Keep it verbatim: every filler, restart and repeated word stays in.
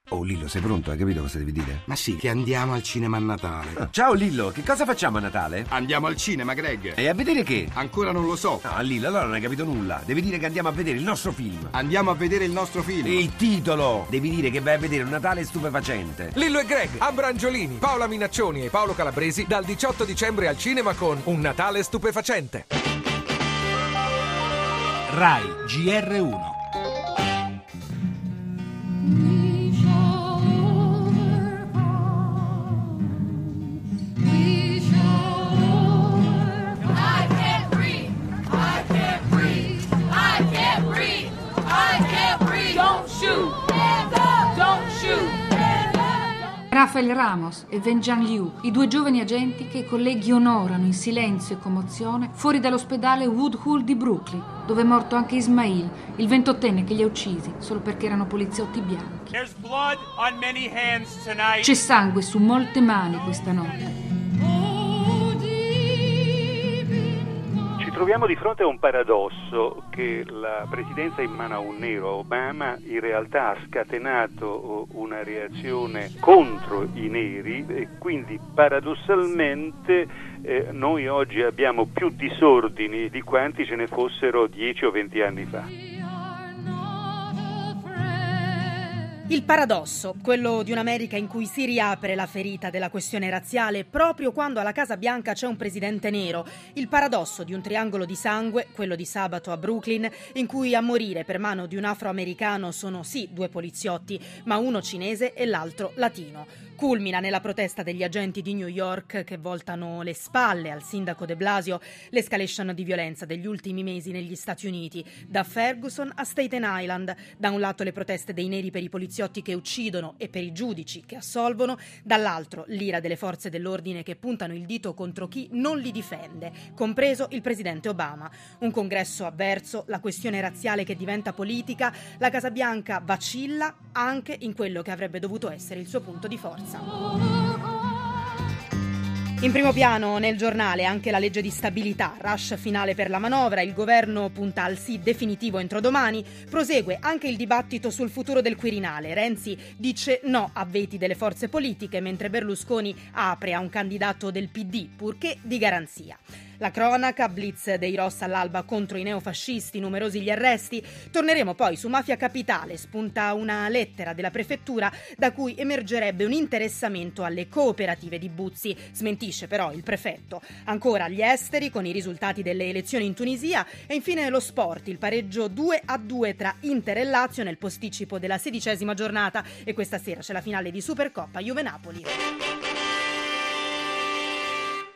Oh Lillo, sei pronto? Hai capito cosa devi dire? Ma sì, che andiamo al cinema a Natale. Ah, ciao Lillo, che cosa facciamo a Natale? Andiamo al cinema, Greg. E a vedere che? Ancora non lo so. No, Lillo, allora non hai capito nulla. Devi dire che andiamo a vedere il nostro film. Andiamo a vedere il nostro film. Il titolo! Devi dire che vai a vedere un Natale stupefacente. Lillo e Greg, Ambra Angiolini, Paola Minaccioni e Paolo Calabresi dal diciotto dicembre al cinema con Un Natale stupefacente. Rai G R uno. Rafael Ramos e Wenjiang Liu, i due giovani agenti che i colleghi onorano in silenzio e commozione fuori dall'ospedale Woodhull di Brooklyn, dove è morto anche Ismail, il ventottenne che li ha uccisi solo perché erano poliziotti bianchi. C'è sangue su molte mani questa notte. Ci troviamo di fronte a un paradosso che la presidenza in mano a un nero, Obama, in realtà ha scatenato una reazione contro i neri e quindi paradossalmente eh, noi oggi abbiamo più disordini di quanti ce ne fossero dieci o venti anni fa. Il paradosso, quello di un'America in cui si riapre la ferita della questione razziale proprio quando alla Casa Bianca c'è un presidente nero. Il paradosso di un triangolo di sangue, quello di sabato a Brooklyn, in cui a morire per mano di un afroamericano sono sì due poliziotti, ma uno cinese e l'altro latino. Culmina nella protesta degli agenti di New York che voltano le spalle al sindaco de Blasio, l'escalation di violenza degli ultimi mesi negli Stati Uniti, da Ferguson a Staten Island. Da un lato le proteste dei neri per i poliziotti che uccidono e per i giudici che assolvono, dall'altro l'ira delle forze dell'ordine che puntano il dito contro chi non li difende, compreso il presidente Obama. Un congresso avverso, la questione razziale che diventa politica, la Casa Bianca vacilla anche in quello che avrebbe dovuto essere il suo punto di forza. In primo piano nel giornale anche la legge di stabilità, rush finale per la manovra, il governo punta al sì definitivo entro domani, prosegue anche il dibattito sul futuro del Quirinale. Renzi dice no a veti delle forze politiche, mentre Berlusconi apre a un candidato del P D, purché di garanzia. La cronaca, blitz dei Ross all'alba contro i neofascisti, numerosi gli arresti. Torneremo poi su Mafia Capitale, spunta una lettera della prefettura da cui emergerebbe un interessamento alle cooperative di Buzzi, smentisce però il prefetto. Ancora gli esteri con i risultati delle elezioni in Tunisia e infine lo sport, il pareggio due a due tra Inter e Lazio nel posticipo della sedicesima giornata e questa sera c'è la finale di Supercoppa Juve-Napoli.